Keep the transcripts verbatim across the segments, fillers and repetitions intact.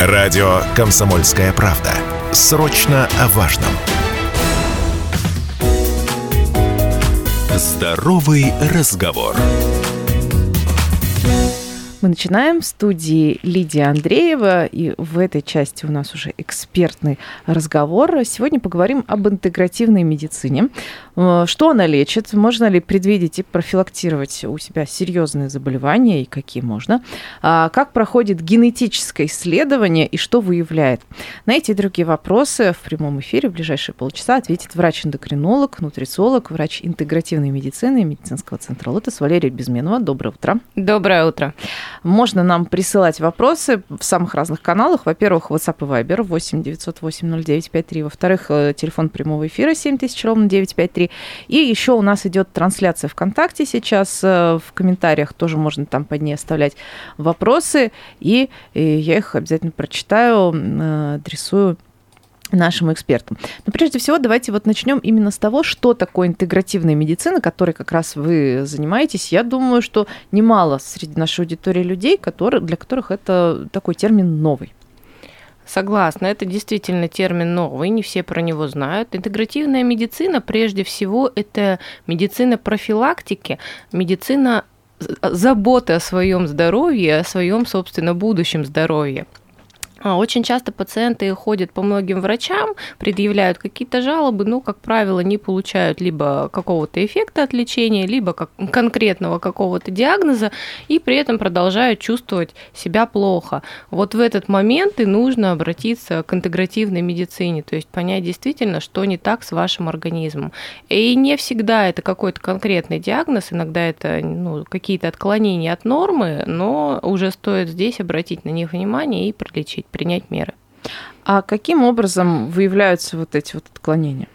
Радио «Комсомольская правда». Срочно о важном. Здоровый разговор. Мы начинаем. В студии Лидия Андреева, и в этой части у нас уже экспертный разговор. Сегодня поговорим об интегративной медицине. Что она лечит? Можно ли предвидеть и профилактировать у себя серьезные заболевания, и какие можно? Как проходит генетическое исследование и что выявляет? На эти и другие вопросы в прямом эфире в ближайшие полчаса ответит врач-эндокринолог, нутрициолог, врач интегративной медицины медицинского центра «Лотос» Валерия Безменова. Доброе утро. Доброе утро. Можно нам присылать вопросы в самых разных каналах. Во-первых, WhatsApp и Viber восемь девятьсот восемь ноль девять пять три. Во-вторых, телефон прямого эфира семь тысяч ровно девятьсот пятьдесят три. И еще у нас идет трансляция ВКонтакте сейчас. В комментариях тоже можно там под ней оставлять вопросы. И я их обязательно прочитаю, адресую нашим экспертам. Но прежде всего давайте вот начнем именно с того, что такое интегративная медицина, которой как раз вы занимаетесь. Я думаю, что немало среди нашей аудитории людей, которые, для которых это такой термин новый. Согласна, это действительно термин новый, не все про него знают. Интегративная медицина, прежде всего, это медицина профилактики, медицина заботы о своем здоровье, о своем, собственно, будущем здоровье. Очень часто пациенты ходят по многим врачам, предъявляют какие-то жалобы, но, как правило, не получают либо какого-то эффекта от лечения, либо как конкретного какого-то диагноза, и при этом продолжают чувствовать себя плохо. Вот в этот момент и нужно обратиться к интегративной медицине, то есть понять действительно, что не так с вашим организмом. И не всегда это какой-то конкретный диагноз, иногда это ну, какие-то отклонения от нормы, но уже стоит здесь обратить на них внимание и пролечить, принять меры. А каким образом выявляются вот эти вот отклонения?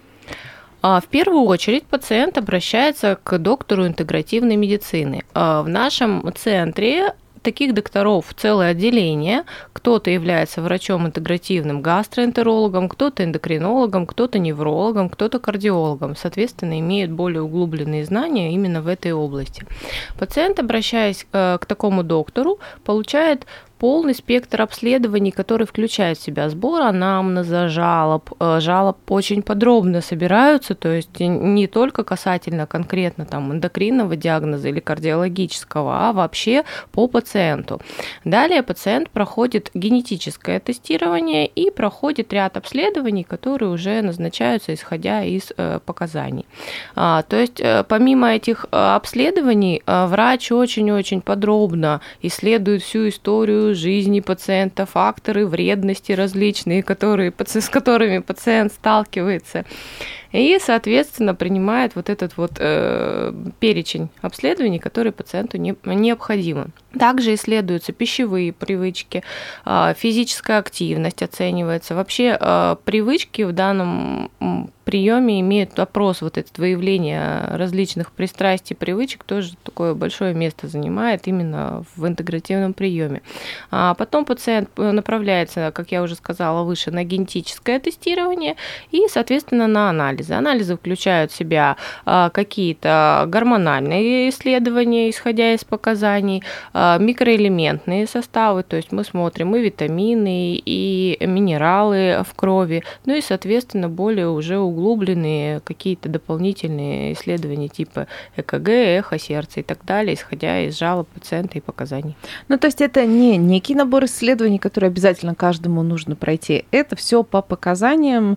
В первую очередь пациент обращается к доктору интегративной медицины. В нашем центре таких докторов целое отделение. Кто-то является врачом-интегративным гастроэнтерологом, кто-то эндокринологом, кто-то неврологом, кто-то кардиологом. Соответственно, имеет более углубленные знания именно в этой области. Пациент, обращаясь к такому доктору, получает полный спектр обследований, который включает в себя сбор анамнеза, жалоб. Жалоб очень подробно собираются, то есть не только касательно конкретно там, эндокринного диагноза или кардиологического, а вообще по пациенту. Далее пациент проходит генетическое тестирование и проходит ряд обследований, которые уже назначаются, исходя из показаний. То есть помимо этих обследований врач очень-очень подробно исследует всю историю жизни пациента, факторы вредности различные, которые, с которыми пациент сталкивается. И, соответственно, принимает вот этот вот э, перечень обследований, которые пациенту не, необходимы. Также исследуются пищевые привычки, э, физическая активность оценивается. Вообще э, привычки в данном приеме имеют опрос, вот это выявление различных пристрастий, привычек, тоже такое большое место занимает именно в интегративном приеме. А потом пациент направляется, как я уже сказала выше, на генетическое тестирование и, соответственно, на анализ. Анализы включают в себя какие-то гормональные исследования, исходя из показаний, микроэлементные составы, то есть мы смотрим и витамины, и минералы в крови, ну и, соответственно, более уже углубленные какие-то дополнительные исследования типа ЭКГ, эхо сердца и так далее, исходя из жалоб пациента и показаний. Ну, то есть это не некий набор исследований, который обязательно каждому нужно пройти, это все по показаниям,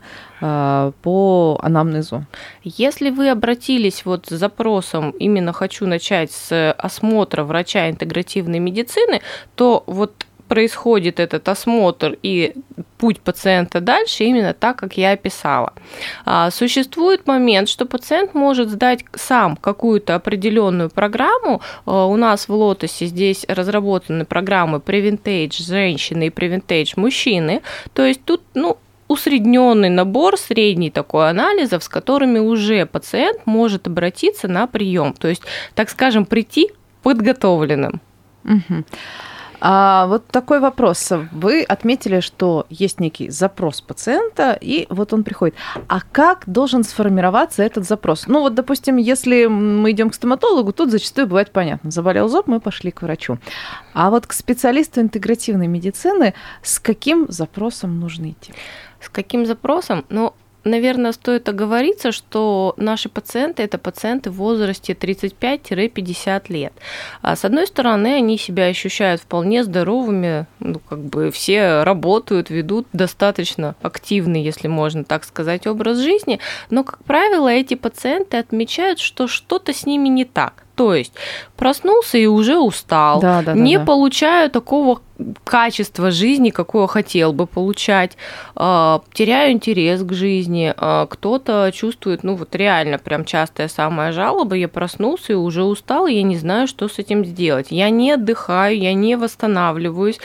по анамнезу. Если вы обратились вот с запросом именно «хочу начать с осмотра врача интегративной медицины», то вот происходит этот осмотр и путь пациента дальше именно так, как я описала. Существует момент, что пациент может сдать сам какую-то определенную программу. У нас в Лотосе здесь разработаны программы Preventage женщины и Preventage мужчины. То есть тут, ну, усредненный набор, средний такой анализов, с которыми уже пациент может обратиться на прием. То есть, так скажем, прийти подготовленным. Угу. А вот такой вопрос. Вы отметили, что есть некий запрос пациента, и вот он приходит. А как должен сформироваться этот запрос? Ну вот, допустим, если мы идем к стоматологу, тут зачастую бывает понятно. Заболел зуб, мы пошли к врачу. А вот к специалисту интегративной медицины с каким запросом нужно идти? С каким запросом? Ну, наверное, стоит оговориться, что наши пациенты – это пациенты в возрасте тридцать пять - пятьдесят лет. А с одной стороны, они себя ощущают вполне здоровыми, ну, как бы все работают, ведут достаточно активный, если можно так сказать, образ жизни, но, как правило, эти пациенты отмечают, что что-то с ними не так. То есть проснулся и уже устал, да, да, не да, да. получаю такого качества жизни, какое хотел бы получать, теряю интерес к жизни, кто-то чувствует, ну вот реально прям частая самая жалоба, я проснулся и уже устал, и я не знаю, что с этим сделать. Я не отдыхаю, я не восстанавливаюсь,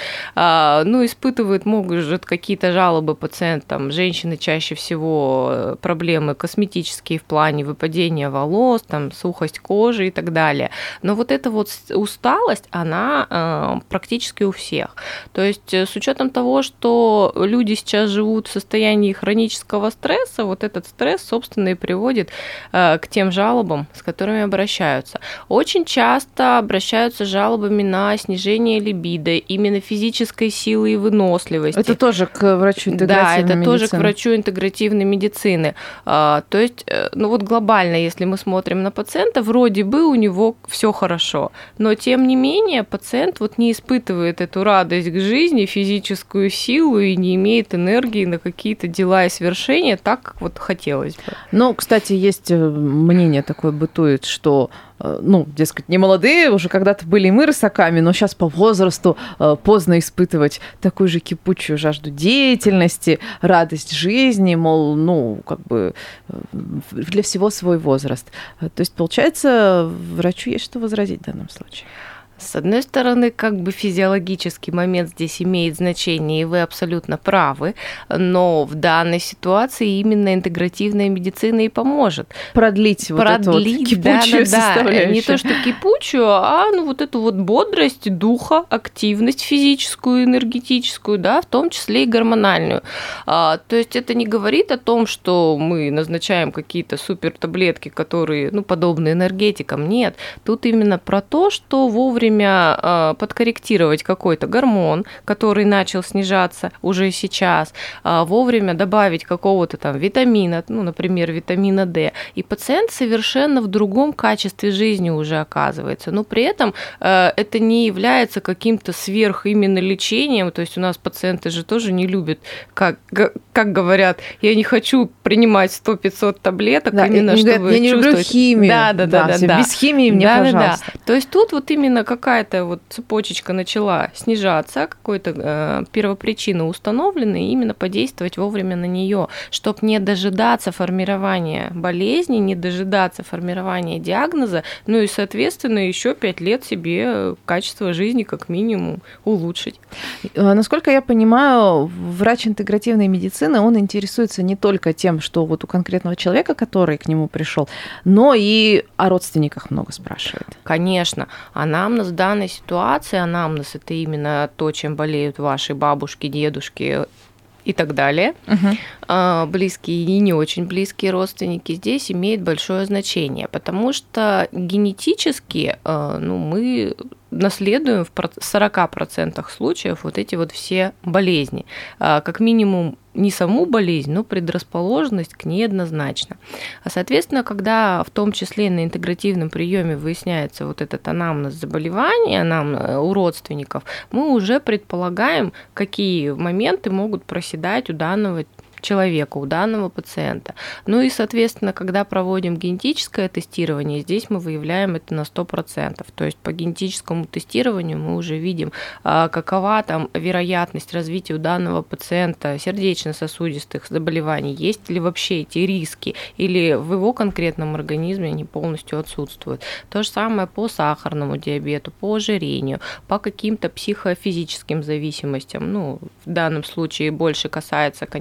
ну испытывают, могут какие-то жалобы пациент, там, женщины чаще всего проблемы косметические в плане выпадения волос, там, сухость кожи и так далее. Далее. Но вот эта вот усталость, она э, практически у всех. То есть с учетом того, что люди сейчас живут в состоянии хронического стресса, вот этот стресс, собственно, и приводит э, к тем жалобам, с которыми обращаются. Очень часто обращаются с жалобами на снижение либидо, именно физической силы и выносливости. Это тоже к врачу интегративной медицины? Да, это тоже к врачу интегративной медицины. Э, то есть, э, ну вот глобально, если мы смотрим на пациента, вроде бы у него него все хорошо. Но, тем не менее, пациент вот не испытывает эту радость к жизни, физическую силу и не имеет энергии на какие-то дела и свершения так, как вот хотелось бы. Ну, кстати, есть мнение такое бытует, что ну, дескать, не молодые, уже когда-то были и мы рысаками, но сейчас по возрасту поздно испытывать такую же кипучую жажду деятельности, радость жизни, мол, ну, как бы для всего свой возраст. То есть, получается, врачу есть что возразить в данном случае. С одной стороны, как бы физиологический момент здесь имеет значение, и вы абсолютно правы, но в данной ситуации именно интегративная медицина и поможет. Продлить, Продлить вот эту вот кипучую да, да, составляющую. Да. Не то, что кипучую, а ну, вот эту вот бодрость духа, активность физическую, энергетическую, да, в том числе и гормональную. А, то есть это не говорит о том, что мы назначаем какие-то супертаблетки, которые, ну, подобны энергетикам. Нет, тут именно про то, что вовремя подкорректировать какой-то гормон, который начал снижаться уже сейчас, вовремя добавить какого-то там витамина, ну, например, витамина D, и пациент совершенно в другом качестве жизни уже оказывается. Но при этом это не является каким-то сверх именно лечением, то есть у нас пациенты же тоже не любят, как, как говорят, я не хочу принимать сто-пятьсот таблеток, да, именно и, чтобы я не люблю химию. Да, да, да, да, да. Без химии мне, да, пожалуйста. Да, да. То есть тут вот именно как какая-то вот цепочечка начала снижаться, какой-то э, первопричина установлена, и именно подействовать вовремя на нее, чтобы не дожидаться формирования болезни, не дожидаться формирования диагноза, ну и, соответственно, еще пять лет себе качество жизни как минимум улучшить. Насколько я понимаю, врач интегративной медицины, он интересуется не только тем, что вот у конкретного человека, который к нему пришел, но и о родственниках много спрашивает. Конечно. Анамнез в данной ситуации, анамнез – это именно то, чем болеют ваши бабушки, дедушки и так далее. Uh-huh. Близкие и не очень близкие родственники здесь имеют большое значение, потому что генетически ну, мы наследуем в сорок процентов случаев вот эти вот все болезни. Как минимум не саму болезнь, но предрасположенность к ней однозначно. А соответственно, когда в том числе на интегративном приеме выясняется вот этот анамнез заболевания анамнез у родственников, мы уже предполагаем, какие моменты могут проседать у данного человека, у данного пациента. Ну и, соответственно, когда проводим генетическое тестирование, здесь мы выявляем это на сто процентов. То есть по генетическому тестированию мы уже видим, какова там вероятность развития у данного пациента сердечно-сосудистых заболеваний, есть ли вообще эти риски, или в его конкретном организме они полностью отсутствуют. То же самое по сахарному диабету, по ожирению, по каким-то психофизическим зависимостям. Ну, в данном случае больше касается, конечно, вредности,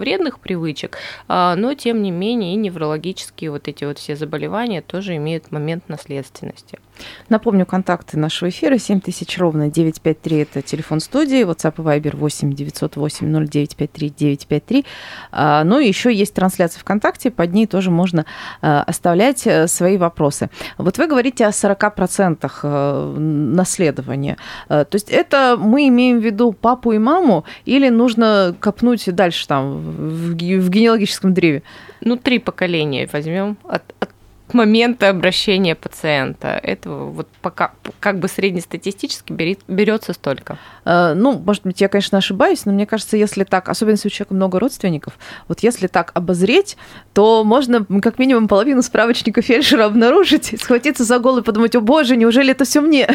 вредных привычек, но тем не менее и неврологические вот эти вот все заболевания тоже имеют момент наследственности. Напомню, контакты нашего эфира семь тысяч ровно девятьсот пятьдесят три, это телефон студии, WhatsApp и Viber восемь девятьсот восемь ноль девять пять три девять пять три. Ну и еще есть трансляция ВКонтакте, под ней тоже можно оставлять свои вопросы. Вот вы говорите о сорок процентов наследования. То есть это мы имеем в виду папу и маму или нужно копнуть дальше там в генеалогическом древе? Ну, три поколения возьмем от, от момента обращения пациента. Этого вот пока как бы среднестатистически берется столько. Ну, может быть, я, конечно, ошибаюсь, но мне кажется, если так, особенно если у человека много родственников, вот если так обозреть, то можно как минимум половину справочника фельдшера обнаружить, схватиться за голову и подумать: о боже, неужели это все мне?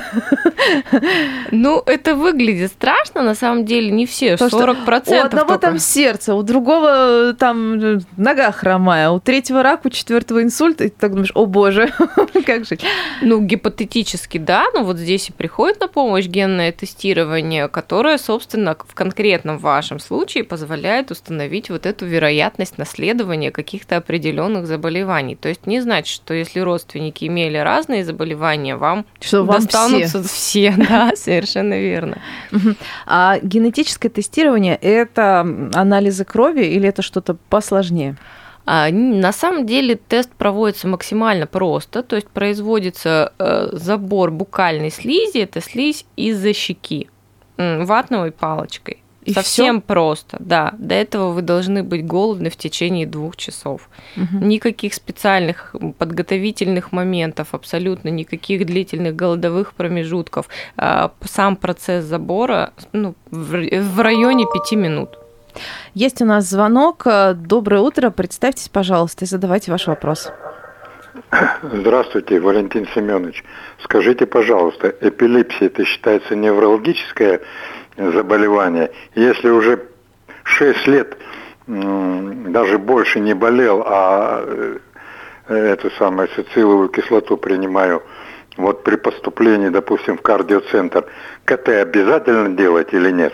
Ну, это выглядит страшно, на самом деле, не все, сорок процентов. У одного только. Там сердце, у другого там нога хромая, у третьего рак, у четвертого инсульт, и ты так думаешь: о боже, как жить? Ну, гипотетически, да, но вот здесь и приходит на помощь генное тестирование, которое, собственно, в конкретном вашем случае позволяет установить вот эту вероятность наследования каких-то определенных заболеваний. То есть не значит, что если родственники имели разные заболевания, вам что вам достанутся все. все. Да, совершенно верно. А генетическое тестирование – это анализы крови или это что-то посложнее? На самом деле тест проводится максимально просто, то есть производится забор букальной слизи, это слизь из-за щеки, ватной палочкой. И совсем всё? Просто, да. До этого вы должны быть голодны в течение двух часов. Угу. Никаких специальных подготовительных моментов, абсолютно никаких длительных голодовых промежутков. Сам процесс забора ну, в районе пяти минут. Есть у нас звонок. Доброе утро. Представьтесь, пожалуйста, и задавайте ваш вопрос. Здравствуйте, Валентин Семенович. Скажите, пожалуйста, эпилепсия это считается неврологическое заболевание? Если уже шесть лет даже больше не болел, а эту самую ацетиловую кислоту принимаю, вот при поступлении, допустим, в кардиоцентр, КТ обязательно делать или нет?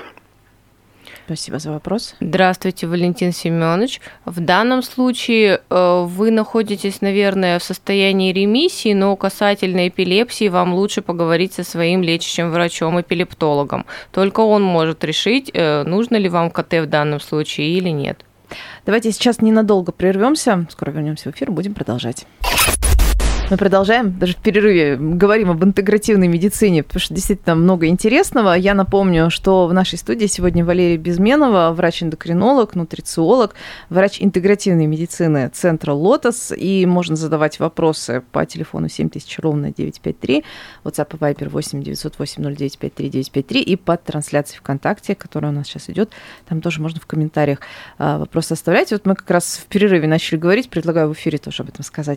Спасибо за вопрос. Здравствуйте, Валентин Семенович. В данном случае вы находитесь, наверное, в состоянии ремиссии, но касательно эпилепсии вам лучше поговорить со своим лечащим врачом-эпилептологом. Только он может решить, нужно ли вам КТ в данном случае или нет. Давайте сейчас ненадолго прервемся. Скоро вернемся в эфир, будем продолжать. Мы продолжаем, даже в перерыве говорим об интегративной медицине, потому что действительно много интересного. Я напомню, что в нашей студии сегодня Валерия Безменова, врач-эндокринолог, нутрициолог, врач интегративной медицины центра «Лотос». И можно задавать вопросы по телефону семь тысяч ровно девятьсот пятьдесят три, WhatsApp и Viber восемь девятьсот восемь ноль девять пять три девять пять три и под трансляцией ВКонтакте, которая у нас сейчас идет. Там тоже можно в комментариях вопросы оставлять. Вот мы как раз в перерыве начали говорить, предлагаю в эфире тоже об этом сказать.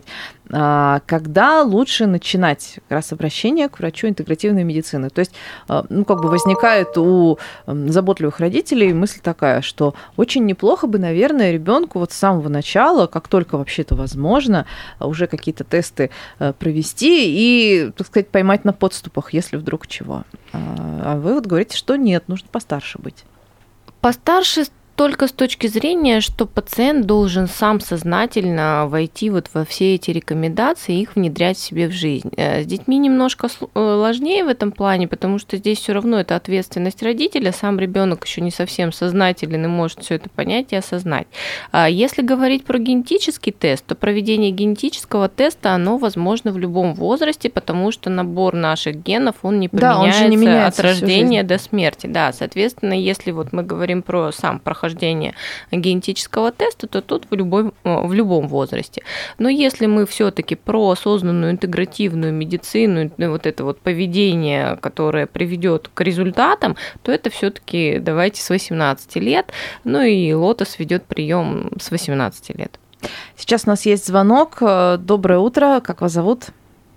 Как Когда лучше начинать как раз обращение к врачу интегративной медицины? То есть, ну, как бы возникает у заботливых родителей мысль такая, что очень неплохо бы, наверное, ребенку вот с самого начала, как только вообще это возможно, уже какие-то тесты провести и, так сказать, поймать на подступах, если вдруг чего. А вы вот говорите, что нет, нужно постарше быть. Постарше только с точки зрения, что пациент должен сам сознательно войти вот во все эти рекомендации и их внедрять в себе в жизнь. С детьми немножко сложнее в этом плане, потому что здесь все равно это ответственность родителя, сам ребенок еще не совсем сознателен и может все это понять и осознать. Если говорить про генетический тест, то проведение генетического теста, оно возможно в любом возрасте, потому что набор наших генов, он не поменяется, да, он же не меняется от рождения до смерти. Да, соответственно, если вот мы говорим про сам прохождение генетического теста, то тут в, любой, в любом возрасте. Но если мы все-таки про осознанную интегративную медицину, вот это вот поведение, которое приведет к результатам, то это все-таки давайте с восемнадцати лет. Ну и Лотос ведет прием с восемнадцати лет. Сейчас у нас есть звонок. Доброе утро. Как вас зовут?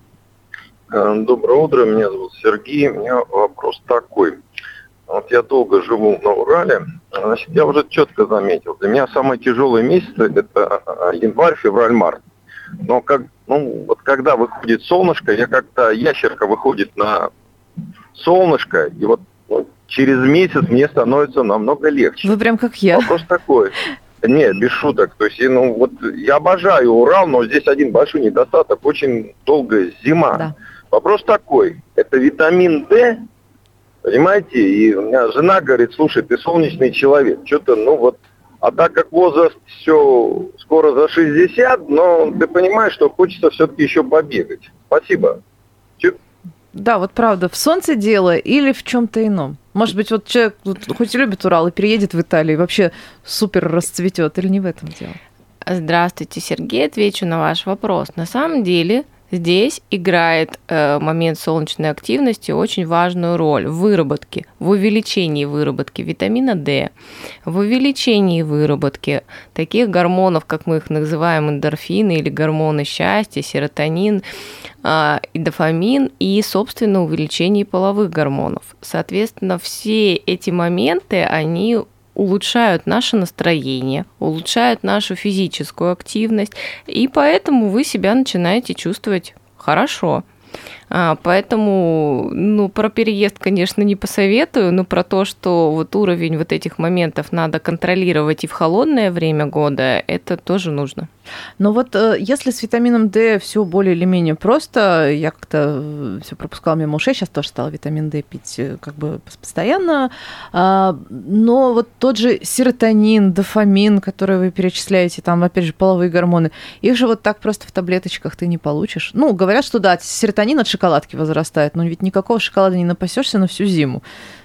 Доброе утро. Меня зовут Сергей. У меня вопрос такой. Вот я долго живу на Урале, значит, я уже четко заметил, для меня самые тяжелые месяцы – это январь, февраль, март. Но как, ну, вот когда выходит солнышко, я как-то, ящерка выходит на солнышко, и вот, вот через месяц мне становится намного легче. Вы прям как я. Вопрос такой. Не, без шуток. То есть, ну, вот я обожаю Урал, но здесь один большой недостаток. Очень долгая зима. Да. Вопрос такой. Это витамин D, понимаете? И у меня жена говорит, слушай, ты солнечный человек. Что-то, ну вот. А так как возраст все скоро за шестьдесят, но ты понимаешь, что хочется все-таки еще побегать. Спасибо. Чё? Да, вот правда, в солнце дело или в чем-то ином? Может быть, вот человек вот, хоть и любит Урал и переедет в Италию, и вообще супер расцветет, или не в этом дело? Здравствуйте, Сергей. Отвечу на ваш вопрос. На самом деле здесь играет э, момент солнечной активности очень важную роль в выработке, в увеличении выработки витамина D, в увеличении выработки таких гормонов, как мы их называем, эндорфины или гормоны счастья, серотонин, э, и дофамин, и, собственно, увеличении половых гормонов. Соответственно, все эти моменты, они улучшают наше настроение, улучшают нашу физическую активность, и поэтому вы себя начинаете чувствовать хорошо. Поэтому, ну, про переезд, конечно, не посоветую, но про то, что вот уровень вот этих моментов надо контролировать и в холодное время года, это тоже нужно. Но вот если с витамином D все более или менее просто, я как-то все пропускала мимо ушей, сейчас тоже стала витамин D пить как бы постоянно, но вот тот же серотонин, дофамин, который вы перечисляете, там, опять же, половые гормоны, их же вот так просто в таблеточках ты не получишь. Ну, говорят, что да, серотонин от шоколадки возрастает, но ведь никакого шоколада не напасешься на всю зиму.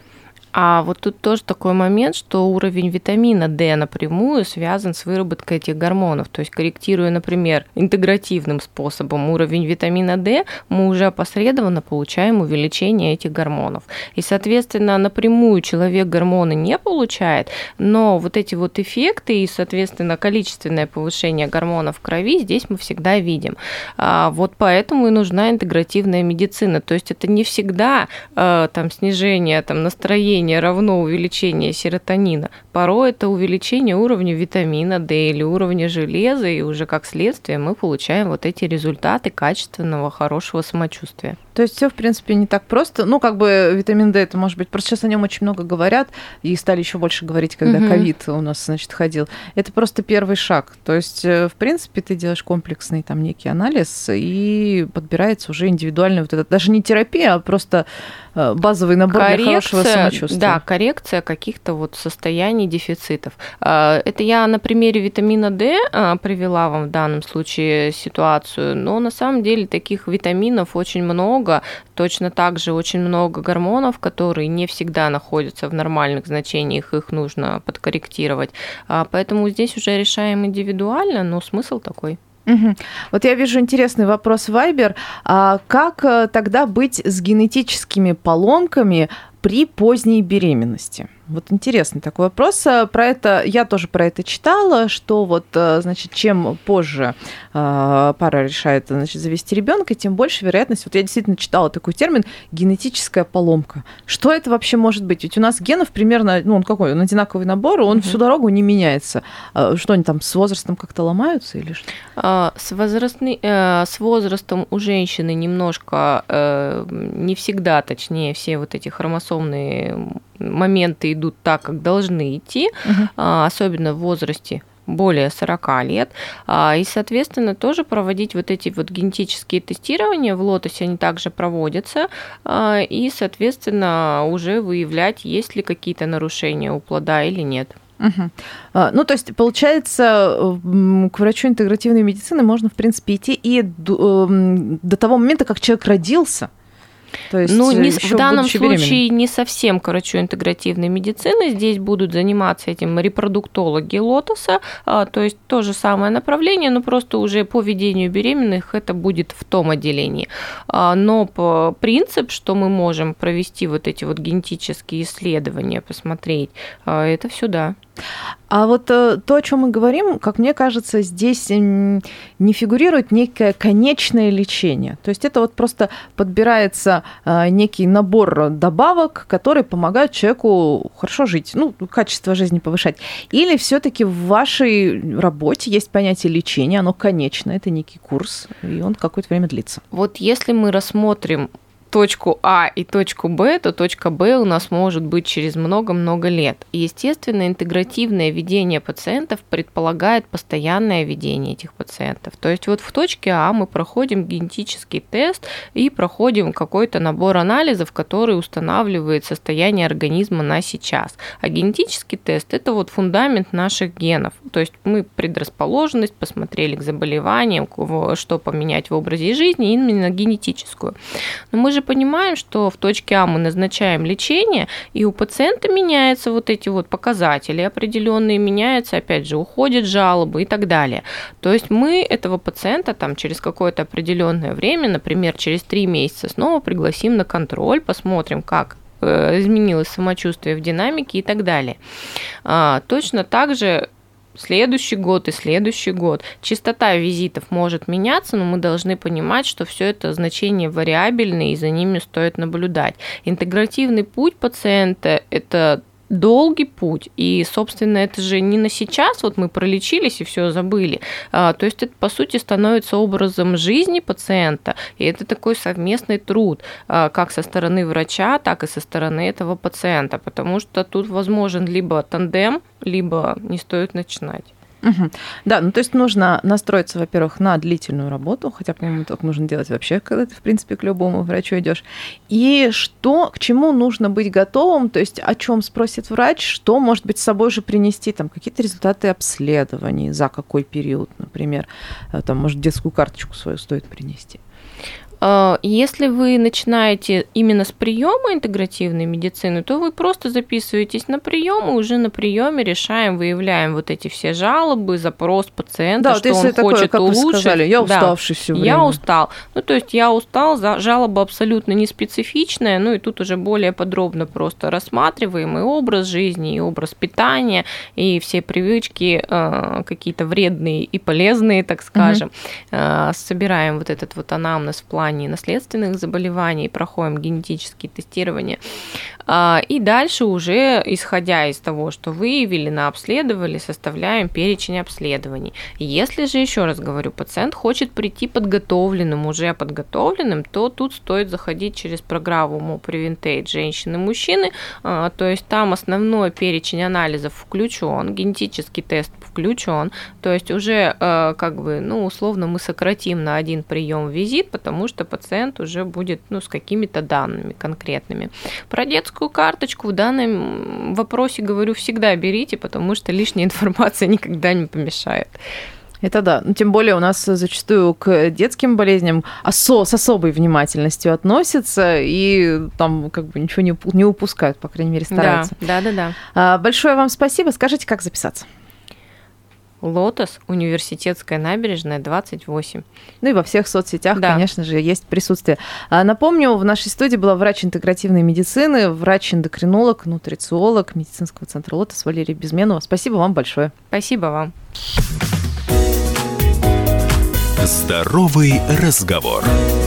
А вот тут тоже такой момент, что уровень витамина D напрямую связан с выработкой этих гормонов. То есть, корректируя, например, интегративным способом уровень витамина D, мы уже опосредованно получаем увеличение этих гормонов. И, соответственно, напрямую человек гормоны не получает, но вот эти вот эффекты и, соответственно, количественное повышение гормонов в крови здесь мы всегда видим. А вот поэтому и нужна интегративная медицина. То есть, это не всегда там, снижение там, настроения равно увеличение серотонина. Порой это увеличение уровня витамина D или уровня железа, и уже как следствие мы получаем вот эти результаты качественного, хорошего самочувствия. То есть все, в принципе, не так просто. Ну, как бы витамин D, это, может быть, просто сейчас о нем очень много говорят, и стали еще больше говорить, когда ковид у нас, значит, ходил. Это просто первый шаг. То есть, в принципе, ты делаешь комплексный там некий анализ, и подбирается уже индивидуальный вот этот, даже не терапия, а просто базовый набор коррекция, для хорошего самочувствия. Да, коррекция каких-то вот состояний, дефицитов. Это я на примере витамина D привела вам в данном случае ситуацию, но на самом деле таких витаминов очень много, точно так же очень много гормонов, которые не всегда находятся в нормальных значениях, их нужно подкорректировать. Поэтому здесь уже решаем индивидуально, но смысл такой. Угу. Вот я вижу интересный вопрос в Viber. А как тогда быть с генетическими поломками при поздней беременности? Вот интересный такой вопрос. Про это я тоже про это читала, что вот, значит, чем позже пара решает, значит, завести ребенка, тем больше вероятность. Вот я действительно читала такой термин генетическая поломка. Что это вообще может быть? Ведь у нас генов примерно, ну он какой, он одинаковый набор, он угу. всю дорогу не меняется. Что они там с возрастом как-то ломаются или что? С, возрастный, с возрастом у женщины немножко, не всегда, точнее, все вот эти хромосомные моменты идут так, как должны идти, uh-huh. особенно в возрасте более сорок лет, и, соответственно, тоже проводить вот эти вот генетические тестирования в лотосе, они также проводятся, и, соответственно, уже выявлять, есть ли какие-то нарушения у плода или нет. Угу. Ну, то есть, получается, к врачу интегративной медицины можно, в принципе, идти и до, до того момента, как человек родился. То есть, ну, не, в данном случае не совсем к врачу интегративной медицины. Здесь будут заниматься этим репродуктологи лотоса, то есть то же самое направление, но просто уже по ведению беременных это будет в том отделении. Но по принцип, что мы можем провести вот эти вот генетические исследования, посмотреть, это все да. А вот то, о чем мы говорим, как мне кажется, здесь не фигурирует некое конечное лечение. То есть это вот просто подбирается некий набор добавок, которые помогают человеку хорошо жить, ну, качество жизни повышать. Или все-таки в вашей работе есть понятие лечения, оно конечное, это некий курс, и он какое-то время длится. Вот если мы рассмотрим точку А и точку Б, то точка Б у нас может быть через много-много лет. И, естественно, интегративное ведение пациентов предполагает постоянное ведение этих пациентов. То есть вот в точке А мы проходим генетический тест и проходим какой-то набор анализов, который устанавливает состояние организма на сейчас. А генетический тест – это вот фундамент наших генов. То есть мы предрасположенность посмотрели к заболеваниям, что поменять в образе жизни, именно генетическую. Но мы же понимаем, что в точке А мы назначаем лечение, и у пациента меняются вот эти вот показатели определенные, меняются, опять же, уходят жалобы и так далее. То есть мы этого пациента там через какое-то определенное время, например, через три месяца снова пригласим на контроль, посмотрим, как изменилось самочувствие в динамике и так далее. Точно так же следующий год и следующий год. Частота визитов может меняться, но мы должны понимать, что все это значения вариабельные, и за ними стоит наблюдать. Интегративный путь пациента – это долгий путь, и, собственно, это же не на сейчас, вот мы пролечились и все забыли, то есть это, по сути, становится образом жизни пациента, и это такой совместный труд, как со стороны врача, так и со стороны этого пациента, потому что тут возможен либо тандем, либо не стоит начинать. Угу. Да, ну то есть нужно настроиться, во-первых, на длительную работу, хотя, по-моему, так нужно делать вообще, когда ты, в принципе, к любому врачу идешь. И что, к чему нужно быть готовым, то есть о чем спросит врач, что, может быть, с собой же принести, там, какие-то результаты обследований, за какой период, например, там, может, детскую карточку свою стоит принести. Если вы начинаете именно с приема интегративной медицины, то вы просто записываетесь на прием, и уже на приеме решаем, выявляем вот эти все жалобы, запрос пациента, да, что вот он такое, хочет как улучшить. Вы сказали, я уставший да, все время. Я устал. Ну, то есть я устал, жалоба абсолютно не специфичная, ну и тут уже более подробно просто рассматриваем и образ жизни, и образ питания, и все привычки какие-то вредные и полезные, так скажем. Угу. Собираем вот этот вот анамнез в плане наследственных заболеваний, проходим генетические тестирования. И дальше уже, исходя из того, что выявили, наобследовали, составляем перечень обследований. Если же, еще раз говорю, пациент хочет прийти подготовленным, уже подготовленным, то тут стоит заходить через программу Preventate женщины и мужчины, то есть там основной перечень анализов включен, генетический тест включен, то есть уже как бы, ну, условно мы сократим на один прием визит, потому что пациент уже будет, ну, с какими-то данными конкретными. Про детскую карточку в данном вопросе, говорю, всегда берите, потому что лишняя информация никогда не помешает. Это да. Ну, тем более у нас зачастую к детским болезням осо- с особой внимательностью относятся и там как бы ничего не, не упускают, по крайней мере, стараются. Да, да, да, да. Большое вам спасибо. Скажите, как записаться? Лотос, Университетская набережная, двадцать восемь. Ну и во всех соцсетях, да, конечно же, есть присутствие. Напомню, в нашей студии была врач интегративной медицины, врач-эндокринолог, нутрициолог медицинского центра Лотос Валерия Безменова. Спасибо вам большое. Спасибо вам. Здоровый разговор.